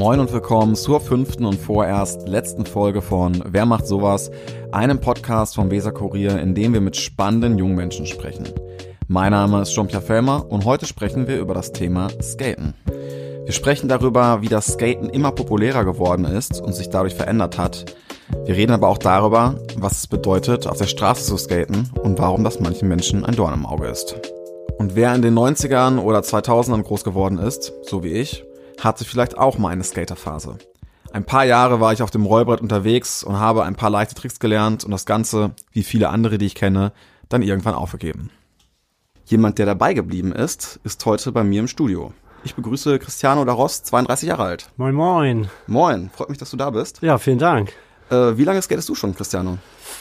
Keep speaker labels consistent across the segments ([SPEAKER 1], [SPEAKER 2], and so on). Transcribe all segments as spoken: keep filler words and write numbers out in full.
[SPEAKER 1] Moin und willkommen zur fünften und vorerst letzten Folge von Wer macht sowas? Einem Podcast vom Weser-Kurier, in dem wir mit spannenden jungen Menschen sprechen. Mein Name ist Jean-Pierre Fellmer und heute sprechen wir über das Thema Skaten. Wir sprechen darüber, wie das Skaten immer populärer geworden ist und sich dadurch verändert hat. Wir reden aber auch darüber, was es bedeutet, auf der Straße zu skaten und warum das manchen Menschen ein Dorn im Auge ist. Und wer in den neunzigern oder zweitausendern groß geworden ist, so wie ich, hatte vielleicht auch mal eine Skaterphase. Ein paar Jahre war ich auf dem Rollbrett unterwegs und habe ein paar leichte Tricks gelernt und das Ganze, wie viele andere, die ich kenne, dann irgendwann aufgegeben. Jemand, der dabei geblieben ist, ist heute bei mir im Studio. Ich begrüße Cristiano Daros, zweiunddreißig Jahre alt.
[SPEAKER 2] Moin, moin.
[SPEAKER 1] Moin, freut mich, dass du da bist.
[SPEAKER 2] Ja, vielen Dank.
[SPEAKER 1] Äh, wie lange skatest du schon, Cristiano?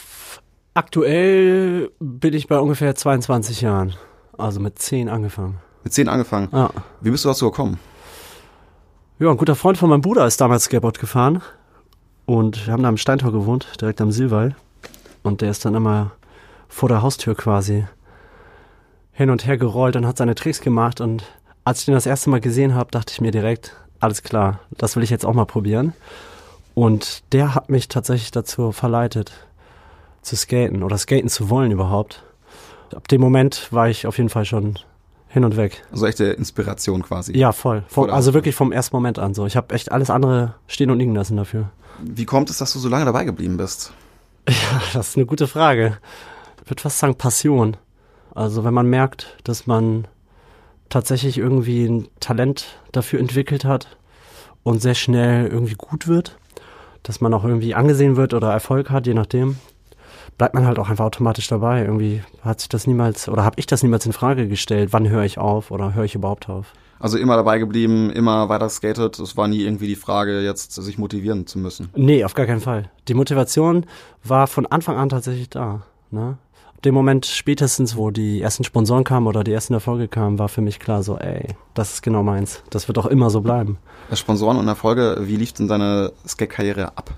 [SPEAKER 2] Aktuell bin ich bei ungefähr zweiundzwanzig Jahren. Also mit zehn angefangen.
[SPEAKER 1] Mit zehn angefangen?
[SPEAKER 2] Ja.
[SPEAKER 1] Wie bist du dazu gekommen?
[SPEAKER 2] Ja, ein guter Freund von meinem Bruder ist damals Skateboard gefahren. Und wir haben da am Steintor gewohnt, direkt am Silwall. Und der ist dann immer vor der Haustür quasi hin und her gerollt und hat seine Tricks gemacht. Und als ich den das erste Mal gesehen habe, dachte ich mir direkt, alles klar, das will ich jetzt auch mal probieren. Und der hat mich tatsächlich dazu verleitet, zu skaten oder skaten zu wollen überhaupt. Ab dem Moment war ich auf jeden Fall schon hin und weg.
[SPEAKER 1] Also echte Inspiration quasi.
[SPEAKER 2] Ja, voll. Vom, also wirklich vom ersten Moment an so. Ich habe echt alles andere stehen und liegen lassen dafür.
[SPEAKER 1] Wie kommt es, dass du so lange dabei geblieben bist?
[SPEAKER 2] Ja, das ist eine gute Frage. Ich würde fast sagen Passion. Also wenn man merkt, dass man tatsächlich irgendwie ein Talent dafür entwickelt hat und sehr schnell irgendwie gut wird, dass man auch irgendwie angesehen wird oder Erfolg hat, je nachdem, bleibt man halt auch einfach automatisch dabei. Irgendwie hat sich das niemals, oder habe ich das niemals in Frage gestellt, wann höre ich auf oder höre ich überhaupt auf.
[SPEAKER 1] Also immer dabei geblieben, immer weiter skatet. Es war nie irgendwie die Frage, jetzt sich motivieren zu müssen.
[SPEAKER 2] Nee, auf gar keinen Fall. Die Motivation war von Anfang an tatsächlich da. Ne? Ab dem Moment spätestens, wo die ersten Sponsoren kamen oder die ersten Erfolge kamen, war für mich klar so, ey, das ist genau meins. Das wird auch immer so bleiben.
[SPEAKER 1] Sponsoren und Erfolge, wie lief denn deine Skate-Karriere ab?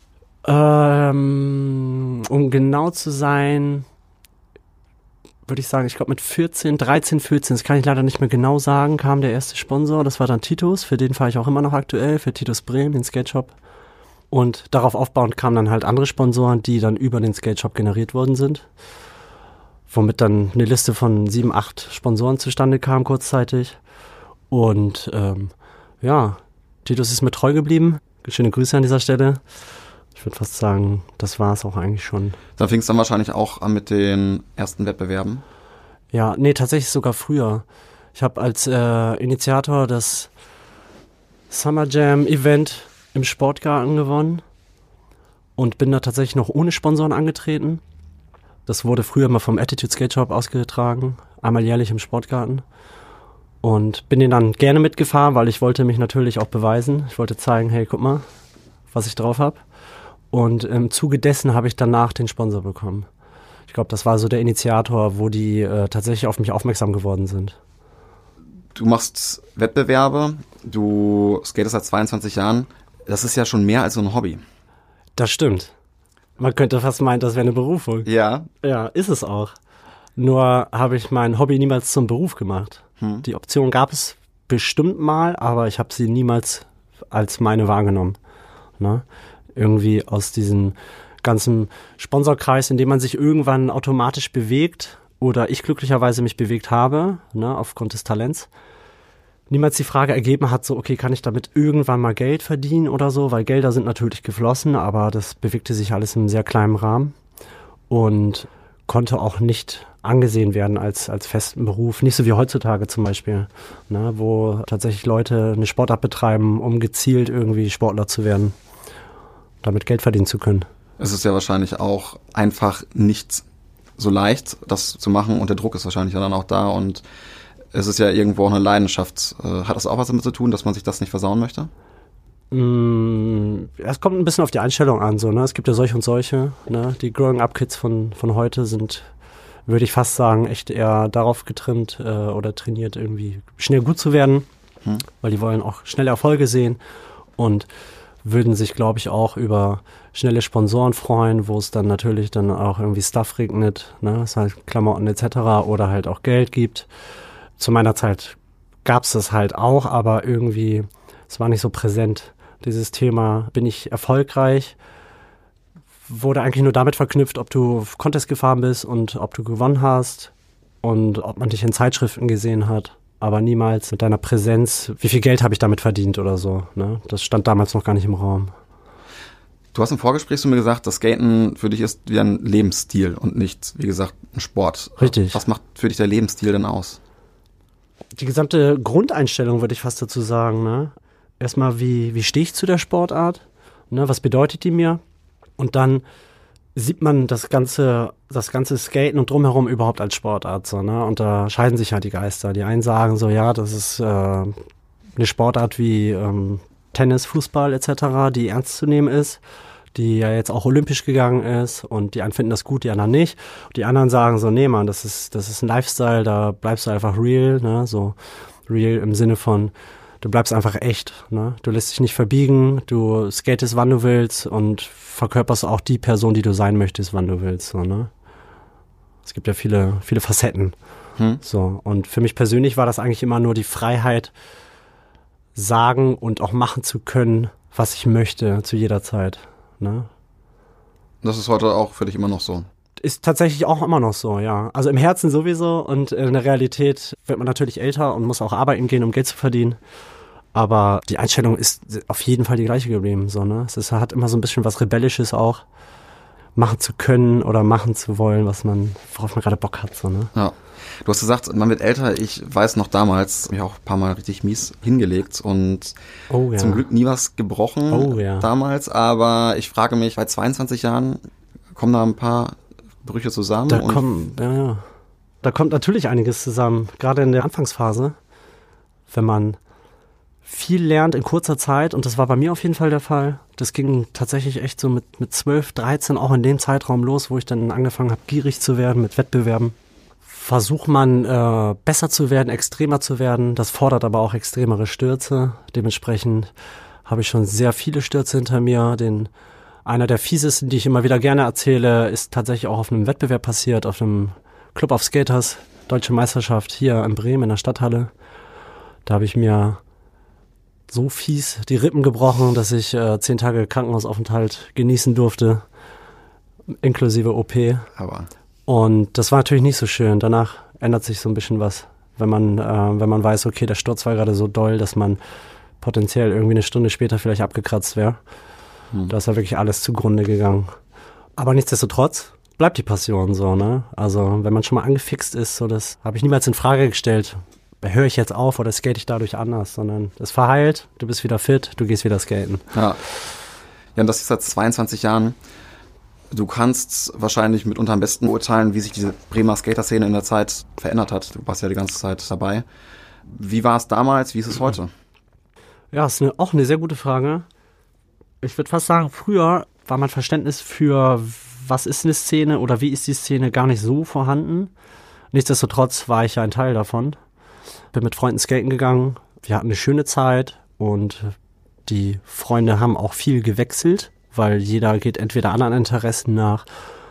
[SPEAKER 2] Ähm, um genau zu sein, würde ich sagen, ich glaube mit vierzehn, dreizehn, vierzehn, das kann ich leider nicht mehr genau sagen, kam der erste Sponsor, das war dann Titus, für den fahre ich auch immer noch aktuell, für Titus Bremen, den Skate Shop. Und darauf aufbauend kamen dann halt andere Sponsoren, die dann über den Skate Shop generiert worden sind, womit dann eine Liste von sieben, acht Sponsoren zustande kam kurzzeitig. Und ähm, ja, Titus ist mir treu geblieben, schöne Grüße an dieser Stelle. Ich würde fast sagen, das war es auch eigentlich schon.
[SPEAKER 1] Dann fing es dann wahrscheinlich auch an mit den ersten Wettbewerben?
[SPEAKER 2] Ja, nee, tatsächlich sogar früher. Ich habe als äh, Initiator das Summer Jam Event im Sportgarten gewonnen und bin da tatsächlich noch ohne Sponsoren angetreten. Das wurde früher mal vom Attitude Skate Shop ausgetragen, einmal jährlich im Sportgarten. Und bin den dann gerne mitgefahren, weil ich wollte mich natürlich auch beweisen. Ich wollte zeigen, hey, guck mal, was ich drauf habe. Und im Zuge dessen habe ich danach den Sponsor bekommen. Ich glaube, das war so der Initiator, wo die äh, tatsächlich auf mich aufmerksam geworden sind.
[SPEAKER 1] Du machst Wettbewerbe, du skatest seit zweiundzwanzig Jahren. Das ist ja schon mehr als so ein Hobby.
[SPEAKER 2] Das stimmt. Man könnte fast meinen, das wäre eine Berufung.
[SPEAKER 1] Ja.
[SPEAKER 2] Ja, ist es auch. Nur habe ich mein Hobby niemals zum Beruf gemacht. Hm. Die Option gab es bestimmt mal, aber ich habe sie niemals als meine wahrgenommen. Ne? Irgendwie aus diesem ganzen Sponsorkreis, in dem man sich irgendwann automatisch bewegt oder ich glücklicherweise mich bewegt habe, ne, aufgrund des Talents, niemals die Frage ergeben hat, so okay, kann ich damit irgendwann mal Geld verdienen oder so, weil Gelder sind natürlich geflossen, aber das bewegte sich alles in einem sehr kleinen Rahmen und konnte auch nicht angesehen werden als, als festen Beruf, nicht so wie heutzutage zum Beispiel, ne, wo tatsächlich Leute eine Sportart betreiben, um gezielt irgendwie Sportler zu werden, damit Geld verdienen zu können.
[SPEAKER 1] Es ist ja wahrscheinlich auch einfach nicht so leicht, das zu machen und der Druck ist wahrscheinlich dann auch da und es ist ja irgendwo auch eine Leidenschaft. Hat das auch was damit zu tun, dass man sich das nicht versauen möchte?
[SPEAKER 2] Mm, es kommt ein bisschen auf die Einstellung an. So, ne? Es gibt ja solche und solche. Ne? Die Growing-Up-Kids von, von heute sind, würde ich fast sagen, echt eher darauf getrimmt äh, oder trainiert, irgendwie schnell gut zu werden, hm. weil die wollen auch schnelle Erfolge sehen und würden sich, glaube ich, auch über schnelle Sponsoren freuen, wo es dann natürlich dann auch irgendwie Stuff regnet, ne, das heißt Klamotten et cetera oder halt auch Geld gibt. Zu meiner Zeit gab es das halt auch, aber irgendwie Es war nicht so präsent. Dieses Thema, bin ich erfolgreich, wurde eigentlich nur damit verknüpft, ob du Contest gefahren bist und ob du gewonnen hast und ob man dich in Zeitschriften gesehen hat, aber niemals mit deiner Präsenz, wie viel Geld habe ich damit verdient oder so. Ne? Das stand damals noch gar nicht im Raum.
[SPEAKER 1] Du hast im Vorgespräch zu mir gesagt, das Skaten für dich ist wie ein Lebensstil und nicht, wie gesagt, ein Sport.
[SPEAKER 2] Richtig.
[SPEAKER 1] Was macht für dich der Lebensstil denn aus?
[SPEAKER 2] Die gesamte Grundeinstellung, würde ich fast dazu sagen. Ne? Erstmal, wie, wie stehe ich zu der Sportart? Ne? Was bedeutet die mir? Und dann sieht man das ganze, das ganze Skaten und drumherum überhaupt als Sportart. So, ne? Und da scheiden sich halt die Geister. Die einen sagen so, ja, das ist äh, eine Sportart wie ähm, Tennis, Fußball et cetera, die ernst zu nehmen ist, die ja jetzt auch olympisch gegangen ist, und die einen finden das gut, die anderen nicht. Und die anderen sagen so, nee Mann, das ist, das ist ein Lifestyle, da bleibst du einfach real, ne? So real im Sinne von, du bleibst einfach echt, ne? Du lässt dich nicht verbiegen, du skatest, wann du willst, und verkörperst auch die Person, die du sein möchtest, wann du willst, so, ne? Es gibt ja viele, viele Facetten. Hm. So, und für mich persönlich war das eigentlich immer nur die Freiheit, sagen und auch machen zu können, was ich möchte, zu jeder Zeit, ne?
[SPEAKER 1] Das ist heute auch für dich immer noch so?
[SPEAKER 2] Ist tatsächlich auch immer noch so, ja. Also im Herzen sowieso, und in der Realität wird man natürlich älter und muss auch arbeiten gehen, um Geld zu verdienen. Aber die Einstellung ist auf jeden Fall die gleiche geblieben, so, ne? Es ist, hat immer so ein bisschen was Rebellisches auch, machen zu können oder machen zu wollen, was man, worauf man gerade Bock hat, so, ne?
[SPEAKER 1] Ja. Du hast gesagt, man wird älter. Ich weiß noch damals, mich auch ein paar Mal richtig mies hingelegt und
[SPEAKER 2] oh, ja.
[SPEAKER 1] zum Glück nie was gebrochen
[SPEAKER 2] oh, ja.
[SPEAKER 1] damals. Aber ich frage mich, bei zweiundzwanzig Jahren kommen da ein paar Brüche zusammen?
[SPEAKER 2] Da
[SPEAKER 1] und
[SPEAKER 2] kommen, ja, ja. Da kommt natürlich einiges zusammen, gerade in der Anfangsphase, wenn man viel lernt in kurzer Zeit, und das war bei mir auf jeden Fall der Fall. Das ging tatsächlich echt so mit, mit zwölf, dreizehn auch in dem Zeitraum los, wo ich dann angefangen habe, gierig zu werden mit Wettbewerben. Versucht man äh, besser zu werden, extremer zu werden. Das fordert aber auch extremere Stürze. Dementsprechend habe ich schon sehr viele Stürze hinter mir. Den, einer der fiesesten, die ich immer wieder gerne erzähle, ist tatsächlich auch auf einem Wettbewerb passiert, auf einem Club of Skaters, Deutsche Meisterschaft hier in Bremen in der Stadthalle. Da habe ich mir so fies die Rippen gebrochen, dass ich äh, zehn Tage Krankenhausaufenthalt genießen durfte, inklusive O P.
[SPEAKER 1] Aber
[SPEAKER 2] Und das war natürlich nicht so schön. Danach ändert sich so ein bisschen was, wenn man, äh, wenn man weiß, okay, der Sturz war gerade so doll, dass man potenziell irgendwie eine Stunde später vielleicht abgekratzt wäre. Hm. Da ist ja wirklich alles zugrunde gegangen. Aber nichtsdestotrotz bleibt die Passion so, ne? Also wenn man schon mal angefixt ist, so, das habe ich niemals in Frage gestellt. Höre ich jetzt auf oder skate ich dadurch anders, sondern das verheilt, du bist wieder fit, du gehst wieder skaten.
[SPEAKER 1] Ja, ja, und das ist seit zweiundzwanzig Jahren. Du kannst wahrscheinlich mitunter am besten beurteilen, wie sich diese Bremer Skater-Szene in der Zeit verändert hat. Du warst ja die ganze Zeit dabei. Wie war es damals, wie ist es heute?
[SPEAKER 2] Ja, ist eine, auch eine sehr gute Frage. Ich würde fast sagen, früher war mein Verständnis für, was ist eine Szene oder wie ist die Szene, gar nicht so vorhanden. Nichtsdestotrotz war ich ja ein Teil davon. Bin mit Freunden skaten gegangen. Wir hatten eine schöne Zeit und die Freunde haben auch viel gewechselt, weil jeder geht entweder anderen Interessen nach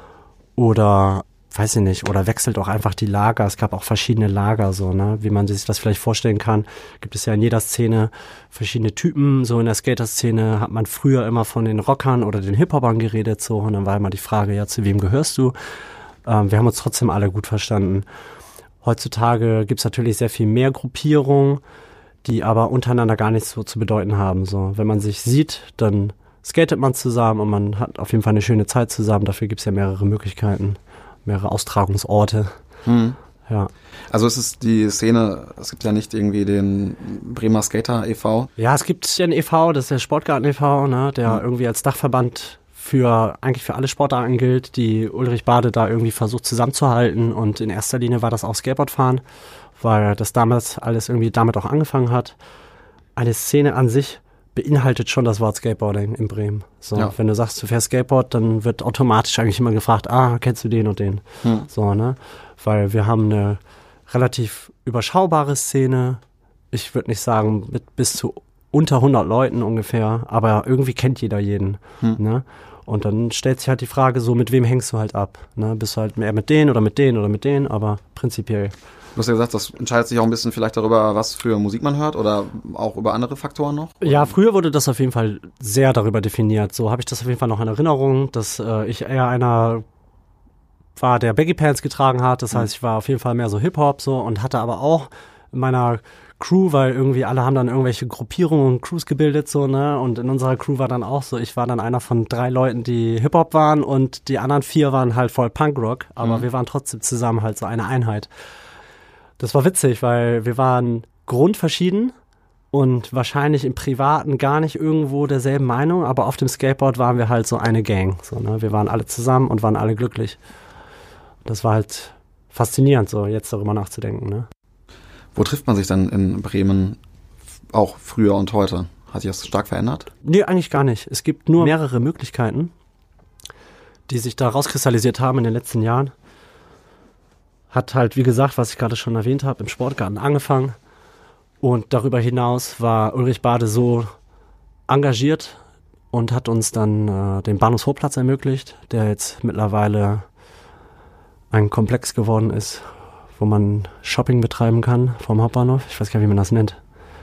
[SPEAKER 2] oder, weiß ich nicht, oder wechselt auch einfach die Lager. Es gab auch verschiedene Lager, so, ne, wie man sich das vielleicht vorstellen kann. Gibt es ja in jeder Szene verschiedene Typen. So in der Skater-Szene hat man früher immer von den Rockern oder den Hip-Hopern geredet, so, und dann war immer die Frage, ja, zu wem gehörst du? Ähm, wir haben uns trotzdem alle gut verstanden. Heutzutage gibt es natürlich sehr viel mehr Gruppierungen, die aber untereinander gar nichts so zu bedeuten haben. So, wenn man sich sieht, dann skatet man zusammen und man hat auf jeden Fall eine schöne Zeit zusammen. Dafür gibt es ja mehrere Möglichkeiten, mehrere Austragungsorte. Hm. Ja.
[SPEAKER 1] Also es ist die Szene, es gibt ja nicht irgendwie den Bremer Skater e V.
[SPEAKER 2] Ja, es gibt den e V, das ist der Sportgarten e V, ne, der hm. irgendwie als Dachverband für eigentlich für alle Sportarten gilt, die Ulrich Bade da irgendwie versucht zusammenzuhalten, und in erster Linie war das auch Skateboardfahren, weil das damals alles irgendwie damit auch angefangen hat. Eine Szene an sich beinhaltet schon das Wort Skateboarding in Bremen. So, ja. Wenn du sagst, du fährst Skateboard, dann wird automatisch eigentlich immer gefragt, ah, kennst du den und den? Hm. So, ne? Weil wir haben eine relativ überschaubare Szene. Ich würde nicht sagen mit bis zu unter hundert Leuten ungefähr, aber irgendwie kennt jeder jeden, hm. ne? Und dann stellt sich halt die Frage so, mit wem hängst du halt ab? Ne? Bist du halt mehr mit denen oder mit denen oder mit denen, aber prinzipiell
[SPEAKER 1] Du hast ja gesagt, das entscheidet sich auch ein bisschen vielleicht darüber, was für Musik man hört oder auch über andere Faktoren noch? Oder?
[SPEAKER 2] Ja, früher wurde das auf jeden Fall sehr darüber definiert. So habe ich das auf jeden Fall noch in Erinnerung, dass äh, ich eher einer war, der Baggy Pants getragen hat. Das heißt, ich war auf jeden Fall mehr so Hip-Hop so und hatte aber auch in meiner Crew, weil irgendwie alle haben dann irgendwelche Gruppierungen und Crews gebildet, so, ne, und in unserer Crew war dann auch so, ich war dann einer von drei Leuten, die Hip-Hop waren und die anderen vier waren halt voll Punkrock, aber mhm. wir waren trotzdem zusammen halt so eine Einheit. Das war witzig, weil wir waren grundverschieden und wahrscheinlich im Privaten gar nicht irgendwo derselben Meinung, aber auf dem Skateboard waren wir halt so eine Gang, so, ne, wir waren alle zusammen und waren alle glücklich. Das war halt faszinierend, so, jetzt darüber nachzudenken, ne.
[SPEAKER 1] Wo trifft man sich dann in Bremen auch früher und heute? Hat sich das stark verändert?
[SPEAKER 2] Nee, eigentlich gar nicht. Es gibt nur mehrere Möglichkeiten, die sich da rauskristallisiert haben in den letzten Jahren. Hat halt, wie gesagt, was ich gerade schon erwähnt habe, im Sportgarten angefangen. Und darüber hinaus war Ulrich Bade so engagiert und hat uns dann äh, den Bahnhofsvorplatz ermöglicht, der jetzt mittlerweile ein Komplex geworden ist, wo man Shopping betreiben kann vom Hauptbahnhof. Ich weiß gar nicht, wie man das nennt.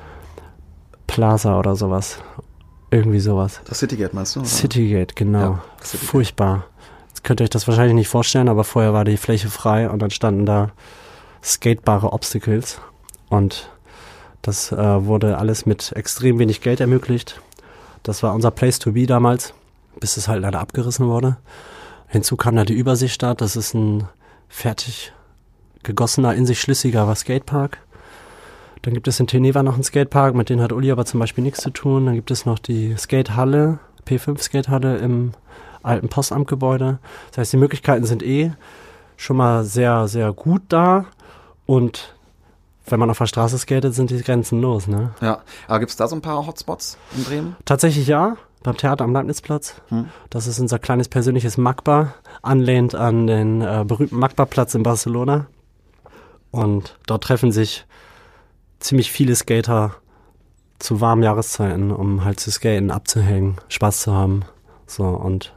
[SPEAKER 2] Plaza oder sowas. Irgendwie sowas.
[SPEAKER 1] Das Citygate meinst du? Oder?
[SPEAKER 2] Citygate, genau.
[SPEAKER 1] Ja, Citygate.
[SPEAKER 2] Furchtbar. Jetzt könnt ihr euch das wahrscheinlich nicht vorstellen, aber vorher war die Fläche frei und dann standen da skatebare Obstacles. Und das äh, wurde alles mit extrem wenig Geld ermöglicht. Das war unser Place to be damals, bis es halt leider abgerissen wurde. Hinzu kam da die Überseestadt. Das ist ein fertig gegossener, in sich schlüssiger Skatepark. Dann gibt es in Teneva noch einen Skatepark, mit denen hat Uli aber zum Beispiel nichts zu tun. Dann gibt es noch die Skatehalle, P fünf Skatehalle im alten Postamtgebäude. Das heißt, die Möglichkeiten sind eh schon mal sehr, sehr gut da. Und wenn man auf der Straße skatet, sind die Grenzen los, ne?
[SPEAKER 1] Ja, aber gibt es da so ein paar Hotspots in Bremen?
[SPEAKER 2] Tatsächlich ja, beim Theater am Leibnizplatz. Hm. Das ist unser kleines persönliches Magba, anlehnt an den äh, berühmten Magba-Platz in Barcelona. Und dort treffen sich ziemlich viele Skater zu warmen Jahreszeiten, um halt zu skaten, abzuhängen, Spaß zu haben. So, und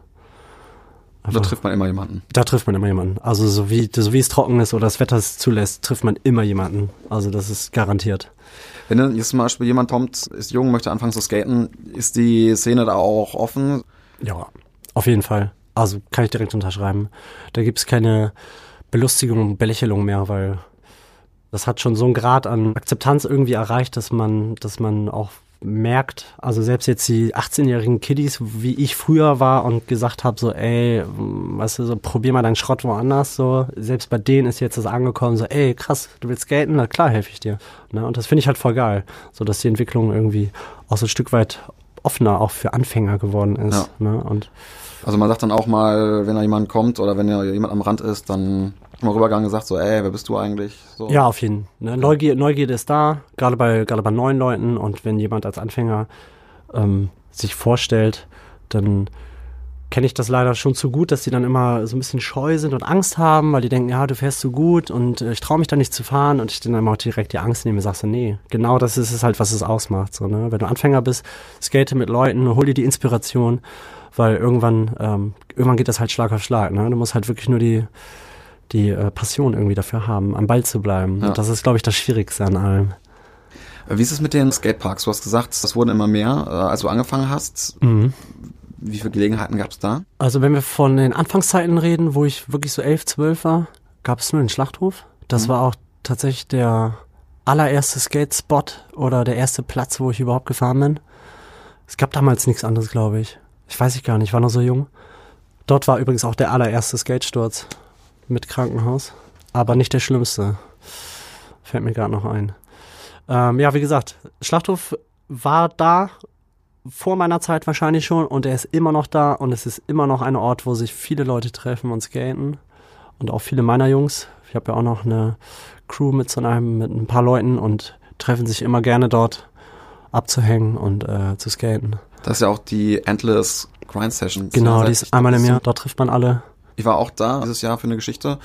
[SPEAKER 1] da trifft man immer jemanden.
[SPEAKER 2] Da trifft man immer jemanden. Also so wie, so wie es trocken ist oder das Wetter es zulässt, trifft man immer jemanden. Also das ist garantiert.
[SPEAKER 1] Wenn dann jetzt zum Beispiel jemand kommt, ist jung, möchte anfangen zu skaten, ist die Szene da auch offen?
[SPEAKER 2] Ja, auf jeden Fall. Also kann ich direkt unterschreiben. Da gibt es keine Belustigung und Belächelung mehr, weil das hat schon so einen Grad an Akzeptanz irgendwie erreicht, dass man, dass man auch merkt, also selbst jetzt die achtzehnjährigen Kiddies, wie ich früher war und gesagt habe, so ey, weißt du, so probier mal deinen Schrott woanders, so, selbst bei denen ist jetzt das angekommen, so ey, krass, du willst skaten, na klar, helfe ich dir. Ne? Und das finde ich halt voll geil, so dass die Entwicklung irgendwie auch so ein Stück weit offener auch für Anfänger geworden ist. Ja. Ne? Und
[SPEAKER 1] also man sagt dann auch mal, wenn da jemand kommt oder wenn da jemand am Rand ist, dann mal rübergegangen gesagt, so, ey, wer bist du eigentlich? So.
[SPEAKER 2] Ja, auf jeden Fall. Ne? Neugier, Neugierde ist da, gerade bei, gerade bei neuen Leuten. Und wenn jemand als Anfänger ähm, sich vorstellt, dann kenne ich das leider schon zu gut, dass die dann immer so ein bisschen scheu sind und Angst haben, weil die denken, ja, du fährst so gut und äh, ich traue mich da nicht zu fahren. Und ich dann immer auch direkt die Angst nehme und sage so, nee, genau das ist es halt, was es ausmacht. So, ne? Wenn du Anfänger bist, skate mit Leuten, hol dir die Inspiration, weil irgendwann, ähm, irgendwann geht das halt Schlag auf Schlag. Ne? Du musst halt wirklich nur die die äh, Passion irgendwie dafür haben, am Ball zu bleiben. Ja. Und das ist, glaube ich, das Schwierigste an allem.
[SPEAKER 1] Wie ist es mit den Skateparks? Du hast gesagt, das wurden immer mehr, äh, als du angefangen hast. Mhm. Wie viele Gelegenheiten gab es da?
[SPEAKER 2] Also wenn wir von den Anfangszeiten reden, wo ich wirklich so elf, zwölf war, gab es nur den Schlachthof. Das mhm. war auch tatsächlich der allererste Skate-Spot oder der erste Platz, wo ich überhaupt gefahren bin. Es gab damals nichts anderes, glaube ich. Ich weiß ich gar nicht, ich war noch so jung. Dort war übrigens auch der allererste Skatesturz mit Krankenhaus, aber nicht der schlimmste. Fällt mir gerade noch ein. Ähm, ja, wie gesagt, Schlachthof war da vor meiner Zeit wahrscheinlich schon und er ist immer noch da und es ist immer noch ein Ort, wo sich viele Leute treffen und skaten und auch viele meiner Jungs. Ich habe ja auch noch eine Crew mit so einem, mit ein paar Leuten und treffen sich immer gerne dort abzuhängen und äh, zu skaten.
[SPEAKER 1] Das ist ja auch die Endless Grind Session.
[SPEAKER 2] Genau, die ist einmal im Jahr, dort trifft man alle.
[SPEAKER 1] Ich war auch da dieses Jahr für eine Geschichte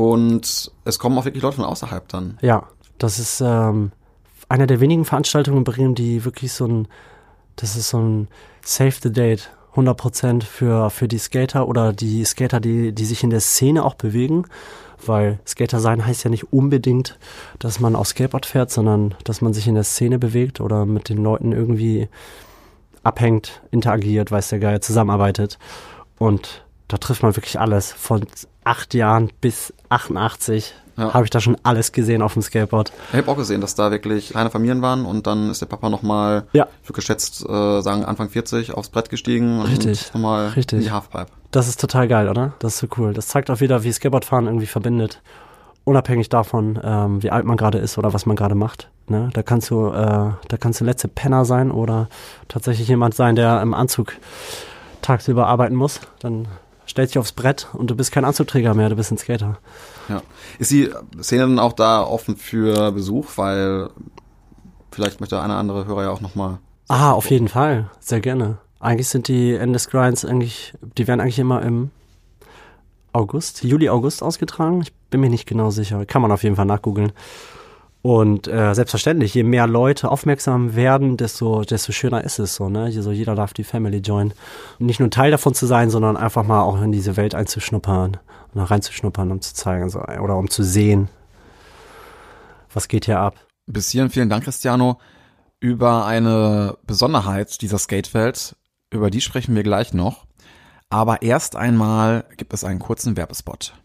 [SPEAKER 1] und es kommen auch wirklich Leute von außerhalb dann.
[SPEAKER 2] Ja, das ist ähm, eine der wenigen Veranstaltungen in Bremen, die wirklich so ein, das ist so ein Save the Date, hundert Prozent für, für die Skater oder die Skater, die, die sich in der Szene auch bewegen, weil Skater sein heißt ja nicht unbedingt, dass man auf Skateboard fährt, sondern dass man sich in der Szene bewegt oder mit den Leuten irgendwie abhängt, interagiert, weiß der Geier, zusammenarbeitet. Und da trifft man wirklich alles. Von acht Jahren bis achtundachtzig ja. habe ich da schon alles gesehen auf dem Skateboard.
[SPEAKER 1] Ich habe auch gesehen, dass da wirklich kleine Familien waren und dann ist der Papa nochmal,
[SPEAKER 2] ja.
[SPEAKER 1] ich würde geschätzt äh, sagen, Anfang vierzig aufs Brett gestiegen
[SPEAKER 2] Richtig.
[SPEAKER 1] und nochmal
[SPEAKER 2] Richtig.
[SPEAKER 1] in die Halfpipe.
[SPEAKER 2] Das ist total geil, oder? Das ist so cool. Das zeigt auch wieder, wie Skateboardfahren irgendwie verbindet. Unabhängig davon, ähm, wie alt man gerade ist oder was man gerade macht. Ne? Da kannst du, äh, da kannst du letzte Penner sein oder tatsächlich jemand sein, der im Anzug tagsüber arbeiten muss. Dann stellst dich aufs Brett und du bist kein Anzugträger mehr, du bist ein Skater.
[SPEAKER 1] Ja. Ist die Szene dann auch da offen für Besuch? Weil vielleicht möchte einer andere Hörer ja auch nochmal...
[SPEAKER 2] Ah, auf jeden Fall. Sehr gerne. Eigentlich sind die End des Grinds eigentlich, die werden eigentlich immer im August, Juli, August ausgetragen. Ich bin mir nicht genau sicher. Kann man auf jeden Fall nachgoogeln. Und äh, selbstverständlich, je mehr Leute aufmerksam werden, desto, desto schöner ist es so, ne? Also jeder darf die Family joinen. Und nicht nur Teil davon zu sein, sondern einfach mal auch in diese Welt einzuschnuppern und da reinzuschnuppern, um zu zeigen, so, oder um zu sehen, was geht hier ab.
[SPEAKER 1] Bis hierhin vielen Dank, Cristiano. Über eine Besonderheit dieser Skatewelt, über die sprechen wir gleich noch. Aber erst einmal gibt es einen kurzen Werbespot.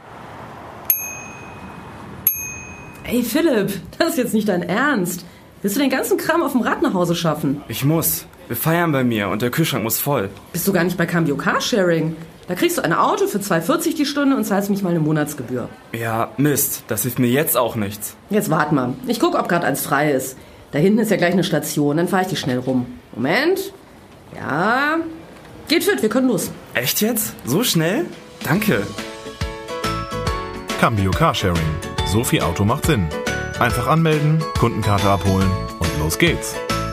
[SPEAKER 3] Ey Philipp, das ist jetzt nicht dein Ernst. Willst du den ganzen Kram auf dem Rad nach Hause schaffen?
[SPEAKER 4] Ich muss. Wir feiern bei mir und der Kühlschrank muss voll.
[SPEAKER 3] Bist du gar nicht bei Cambio Carsharing? Da kriegst du ein Auto für zwei Euro vierzig die Stunde und zahlst mich mal eine Monatsgebühr.
[SPEAKER 4] Ja, Mist. Das hilft mir jetzt auch nichts.
[SPEAKER 3] Jetzt wart mal. Ich guck, ob gerade eins frei ist. Da hinten ist ja gleich eine Station, dann fahr ich dich schnell rum. Moment. Ja. Geht fit, wir können los.
[SPEAKER 4] Echt jetzt? So schnell? Danke.
[SPEAKER 5] Cambio Carsharing. So viel Auto macht Sinn. Einfach anmelden, Kundenkarte abholen und los geht's.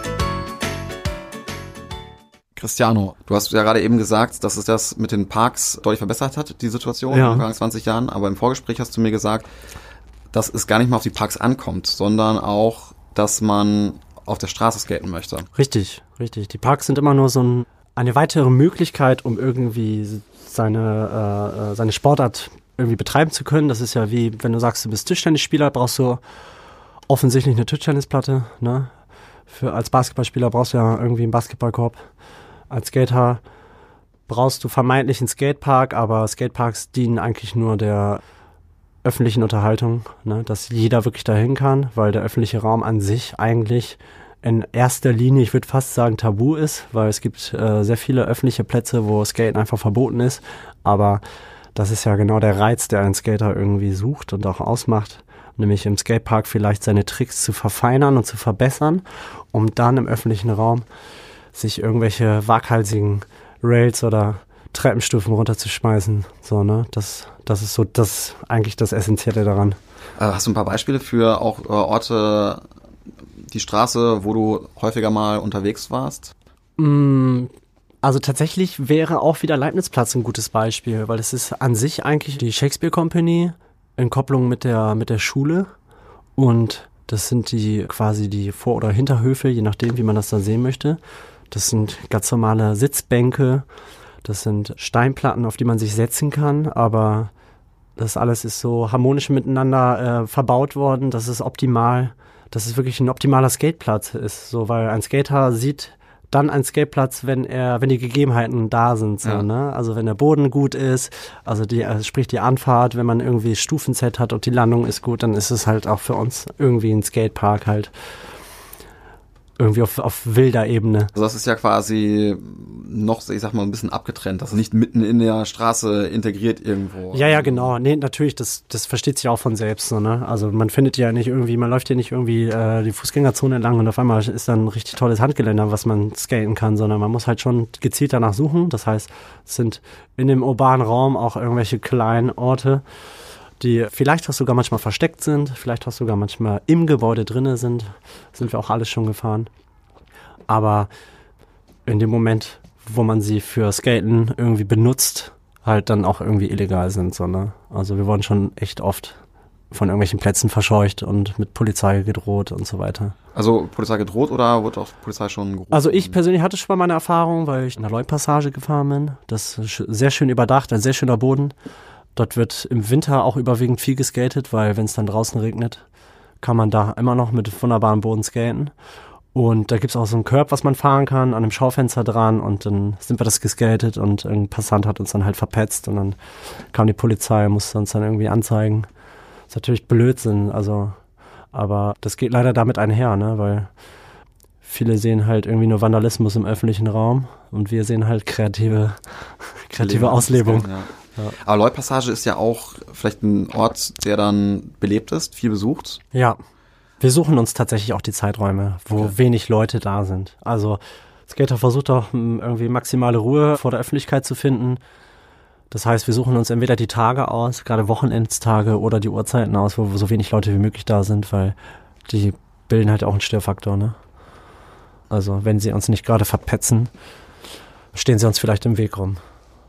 [SPEAKER 1] Cristiano, du hast ja gerade eben gesagt, dass es das mit den Parks deutlich verbessert hat, die Situation
[SPEAKER 2] ja.
[SPEAKER 1] in den zwanzig Jahren. Aber im Vorgespräch hast du mir gesagt, dass es gar nicht mal auf die Parks ankommt, sondern auch, dass man auf der Straße skaten möchte.
[SPEAKER 2] Richtig, richtig. Die Parks sind immer nur so ein, eine weitere Möglichkeit, um irgendwie seine, äh, seine Sportart irgendwie betreiben zu können. Das ist ja wie, wenn du sagst, du bist Tischtennisspieler, brauchst du offensichtlich eine Tischtennisplatte. Ne? Für, als Basketballspieler brauchst du ja irgendwie einen Basketballkorb. Als Skater brauchst du vermeintlich einen Skatepark, aber Skateparks dienen eigentlich nur der öffentlichen Unterhaltung, ne? Dass jeder wirklich dahin kann, weil der öffentliche Raum an sich eigentlich in erster Linie, ich würde fast sagen, tabu ist, weil es gibt äh, sehr viele öffentliche Plätze, wo Skaten einfach verboten ist, aber das ist ja genau der Reiz, der ein Skater irgendwie sucht und auch ausmacht, nämlich im Skatepark vielleicht seine Tricks zu verfeinern und zu verbessern, um dann im öffentlichen Raum sich irgendwelche waghalsigen Rails oder Treppenstufen runterzuschmeißen. So, ne? Das, das ist so das eigentlich das Essentielle daran.
[SPEAKER 1] Äh, hast du ein paar Beispiele für auch äh, Orte, die Straße, wo du häufiger mal unterwegs warst?
[SPEAKER 2] Mm. Also tatsächlich wäre auch wieder Leibnizplatz ein gutes Beispiel, weil es ist an sich eigentlich die Shakespeare Company in Kopplung mit der mit der Schule und das sind die quasi die Vor- oder Hinterhöfe, je nachdem, wie man das da sehen möchte. Das sind ganz normale Sitzbänke, das sind Steinplatten, auf die man sich setzen kann, aber das alles ist so harmonisch miteinander äh, verbaut worden, dass es optimal, dass es wirklich ein optimaler Skateplatz ist, so weil ein Skater sieht dann ein Skateplatz, wenn er, wenn die Gegebenheiten da sind, so, ja. ne? Also wenn der Boden gut ist, also die, also sprich die Anfahrt, wenn man irgendwie Stufenset hat und die Landung ist gut, dann ist es halt auch für uns irgendwie ein Skatepark halt irgendwie auf, auf wilder Ebene.
[SPEAKER 1] Also das ist ja quasi noch, ich sag mal, ein bisschen abgetrennt, also nicht mitten in der Straße integriert irgendwo.
[SPEAKER 2] Ja, ja, genau. Nee, natürlich, das, das versteht sich auch von selbst, so, ne? Also man findet ja nicht irgendwie, man läuft ja nicht irgendwie äh, die Fußgängerzone entlang und auf einmal ist dann ein richtig tolles Handgeländer, was man skaten kann, sondern man muss halt schon gezielt danach suchen. Das heißt, es sind in dem urbanen Raum auch irgendwelche kleinen Orte, die vielleicht auch sogar manchmal versteckt sind, vielleicht auch sogar manchmal im Gebäude drinne sind. Sind wir auch alles schon gefahren. Aber in dem Moment, wo man sie für Skaten irgendwie benutzt, halt dann auch irgendwie illegal sind. So, ne? Also wir wurden schon echt oft von irgendwelchen Plätzen verscheucht und mit Polizei gedroht und so weiter.
[SPEAKER 1] Also Polizei gedroht oder wurde auch Polizei schon gerufen?
[SPEAKER 2] Also ich persönlich hatte schon mal meine Erfahrung, weil ich in der Lloyd-Passage gefahren bin. Das ist sehr schön überdacht, ein sehr schöner Boden. Dort wird im Winter auch überwiegend viel geskatet, weil wenn es dann draußen regnet, kann man da immer noch mit wunderbarem Boden skaten. Und da gibt's auch so ein Curb, was man fahren kann, an einem Schaufenster dran und dann sind wir das geskatet und ein Passant hat uns dann halt verpetzt und dann kam die Polizei, musste uns dann irgendwie anzeigen. Das ist natürlich Blödsinn, also, aber das geht leider damit einher, ne, weil viele sehen halt irgendwie nur Vandalismus im öffentlichen Raum und wir sehen halt kreative, kreative Auslebung.
[SPEAKER 1] Ja. Ja. Aber Lloyd-Passage ist ja auch vielleicht ein Ort, der dann belebt ist, viel besucht.
[SPEAKER 2] Ja. Wir suchen uns tatsächlich auch die Zeiträume, wo okay. wenig Leute da sind. Also Skater versucht auch irgendwie maximale Ruhe vor der Öffentlichkeit zu finden. Das heißt, wir suchen uns entweder die Tage aus, gerade Wochenendstage oder die Uhrzeiten aus, wo so wenig Leute wie möglich da sind, weil die bilden halt auch einen Störfaktor, ne? Also wenn sie uns nicht gerade verpetzen, stehen sie uns vielleicht im Weg rum.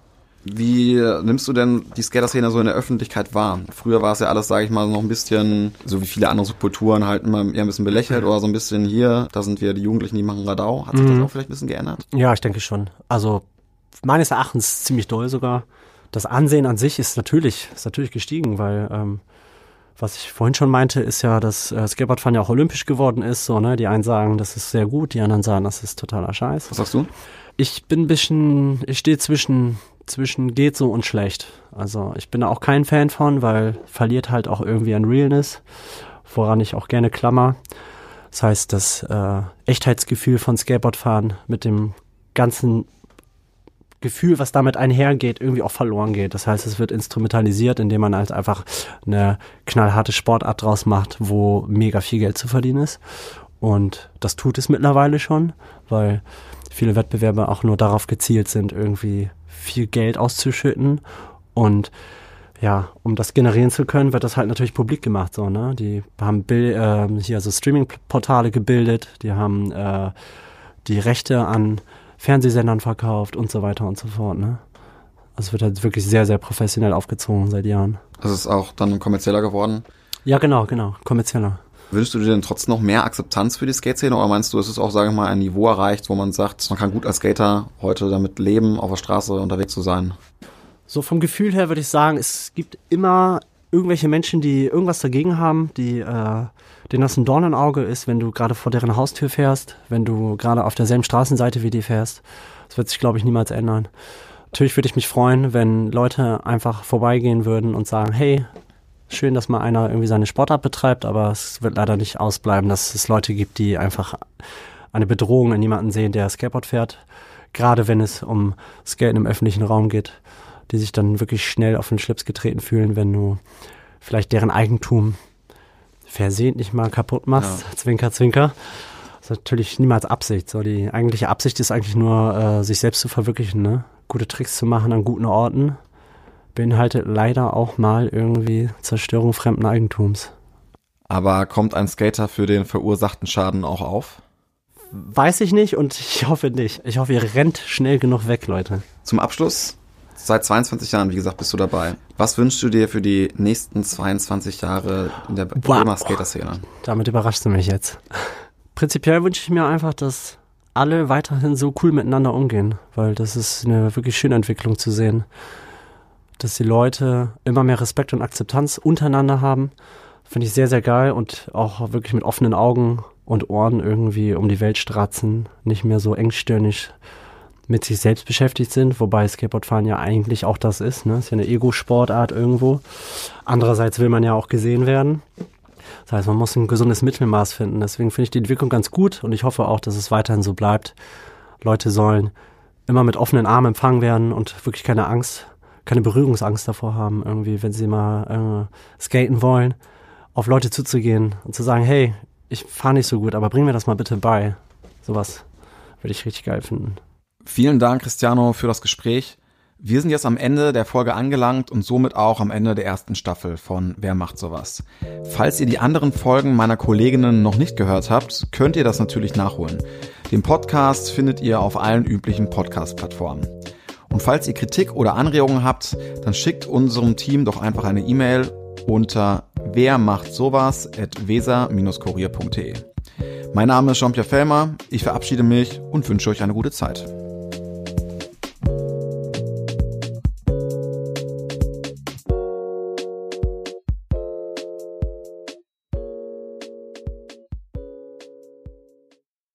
[SPEAKER 1] Wie nimmst du denn die Skater-Szene so in der Öffentlichkeit wahr? Früher war es ja alles, sage ich mal, noch ein bisschen, so wie viele andere Subkulturen, halt immer eher ein bisschen belächelt oder so ein bisschen hier, da sind wir die Jugendlichen, die machen Radau. Hat sich mhm. das auch vielleicht ein bisschen geändert?
[SPEAKER 2] Ja, ich denke schon. Also meines Erachtens ziemlich doll sogar. Das Ansehen an sich ist natürlich, ist natürlich gestiegen, weil ähm, was ich vorhin schon meinte, ist ja, dass äh, Skateboardfahren ja auch olympisch geworden ist. So, ne? Die einen sagen, das ist sehr gut, die anderen sagen, das ist totaler Scheiß.
[SPEAKER 1] Was sagst du?
[SPEAKER 2] Ich bin ein bisschen, ich stehe zwischen zwischen geht so und schlecht. Also ich bin da auch kein Fan von, weil verliert halt auch irgendwie an Realness, woran ich auch gerne klammer. Das heißt, das äh, Echtheitsgefühl von Skateboardfahren mit dem ganzen Gefühl, was damit einhergeht, irgendwie auch verloren geht. Das heißt, es wird instrumentalisiert, indem man halt einfach eine knallharte Sportart draus macht, wo mega viel Geld zu verdienen ist. Und das tut es mittlerweile schon, weil viele Wettbewerbe auch nur darauf gezielt sind, irgendwie viel Geld auszuschütten und ja, um das generieren zu können, wird das halt natürlich publik gemacht, so, ne? Die haben Bild, äh, hier so Streaming-Portale gebildet, die haben äh, die Rechte an Fernsehsendern verkauft und so weiter und so fort, ne? Also es wird halt wirklich sehr, sehr professionell aufgezogen seit Jahren.
[SPEAKER 1] Das ist auch dann kommerzieller geworden?
[SPEAKER 2] Ja, genau, genau, kommerzieller.
[SPEAKER 1] Wünschst du dir denn trotzdem noch mehr Akzeptanz für die Skate-Szene oder meinst du, es ist auch, sage ich mal, ein Niveau erreicht, wo man sagt, man kann gut als Skater heute damit leben, auf der Straße unterwegs zu sein?
[SPEAKER 2] So vom Gefühl her würde ich sagen, es gibt immer irgendwelche Menschen, die irgendwas dagegen haben, die äh, denen das ein Dorn im Auge ist, wenn du gerade vor deren Haustür fährst, wenn du gerade auf derselben Straßenseite wie die fährst. Das wird sich, glaube ich, niemals ändern. Natürlich würde ich mich freuen, wenn Leute einfach vorbeigehen würden und sagen, hey, schön, dass mal einer irgendwie seine Sportart betreibt, aber es wird leider nicht ausbleiben, dass es Leute gibt, die einfach eine Bedrohung in jemanden sehen, der Skateboard fährt. Gerade wenn es um Skaten im öffentlichen Raum geht, die sich dann wirklich schnell auf den Schlips getreten fühlen, wenn du vielleicht deren Eigentum versehentlich mal kaputt machst. Ja. Zwinker, zwinker. Das ist natürlich niemals Absicht. So, die eigentliche Absicht ist eigentlich nur, äh, sich selbst zu verwirklichen, ne? Gute Tricks zu machen an guten Orten. Beinhaltet leider auch mal irgendwie Zerstörung fremden Eigentums.
[SPEAKER 1] Aber kommt ein Skater für den verursachten Schaden auch auf?
[SPEAKER 2] Weiß ich nicht und ich hoffe nicht. Ich hoffe, ihr rennt schnell genug weg, Leute.
[SPEAKER 1] Zum Abschluss, seit zweiundzwanzig Jahren, wie gesagt, bist du dabei. Was wünschst du dir für die nächsten zweiundzwanzig Jahre in der Bremer Skater-Szene?
[SPEAKER 2] Damit überraschst du mich jetzt. Prinzipiell wünsche ich mir einfach, dass alle weiterhin so cool miteinander umgehen, weil das ist eine wirklich schöne Entwicklung zu sehen. Dass die Leute immer mehr Respekt und Akzeptanz untereinander haben, finde ich sehr, sehr geil und auch wirklich mit offenen Augen und Ohren irgendwie um die Welt stratzen, nicht mehr so engstirnig mit sich selbst beschäftigt sind, wobei Skateboardfahren ja eigentlich auch das ist, ne? Ist ja eine Ego-Sportart irgendwo. Andererseits will man ja auch gesehen werden. Das heißt, man muss ein gesundes Mittelmaß finden. Deswegen finde ich die Entwicklung ganz gut und ich hoffe auch, dass es weiterhin so bleibt. Leute sollen immer mit offenen Armen empfangen werden und wirklich keine Angst keine Berührungsangst davor haben, irgendwie, wenn sie mal äh, skaten wollen, auf Leute zuzugehen und zu sagen, hey, ich fahre nicht so gut, aber bring mir das mal bitte bei. Sowas würde ich richtig geil finden.
[SPEAKER 1] Vielen Dank, Cristiano, für das Gespräch. Wir sind jetzt am Ende der Folge angelangt und somit auch am Ende der ersten Staffel von Wer macht sowas? Falls ihr die anderen Folgen meiner Kolleginnen noch nicht gehört habt, könnt ihr das natürlich nachholen. Den Podcast findet ihr auf allen üblichen Podcast-Plattformen. Und falls ihr Kritik oder Anregungen habt, dann schickt unserem Team doch einfach eine E-Mail unter wermachtsowas at weser Bindestrich kurier punkt de. Mein Name ist Jean-Pierre Fellmer, ich verabschiede mich und wünsche euch eine gute Zeit.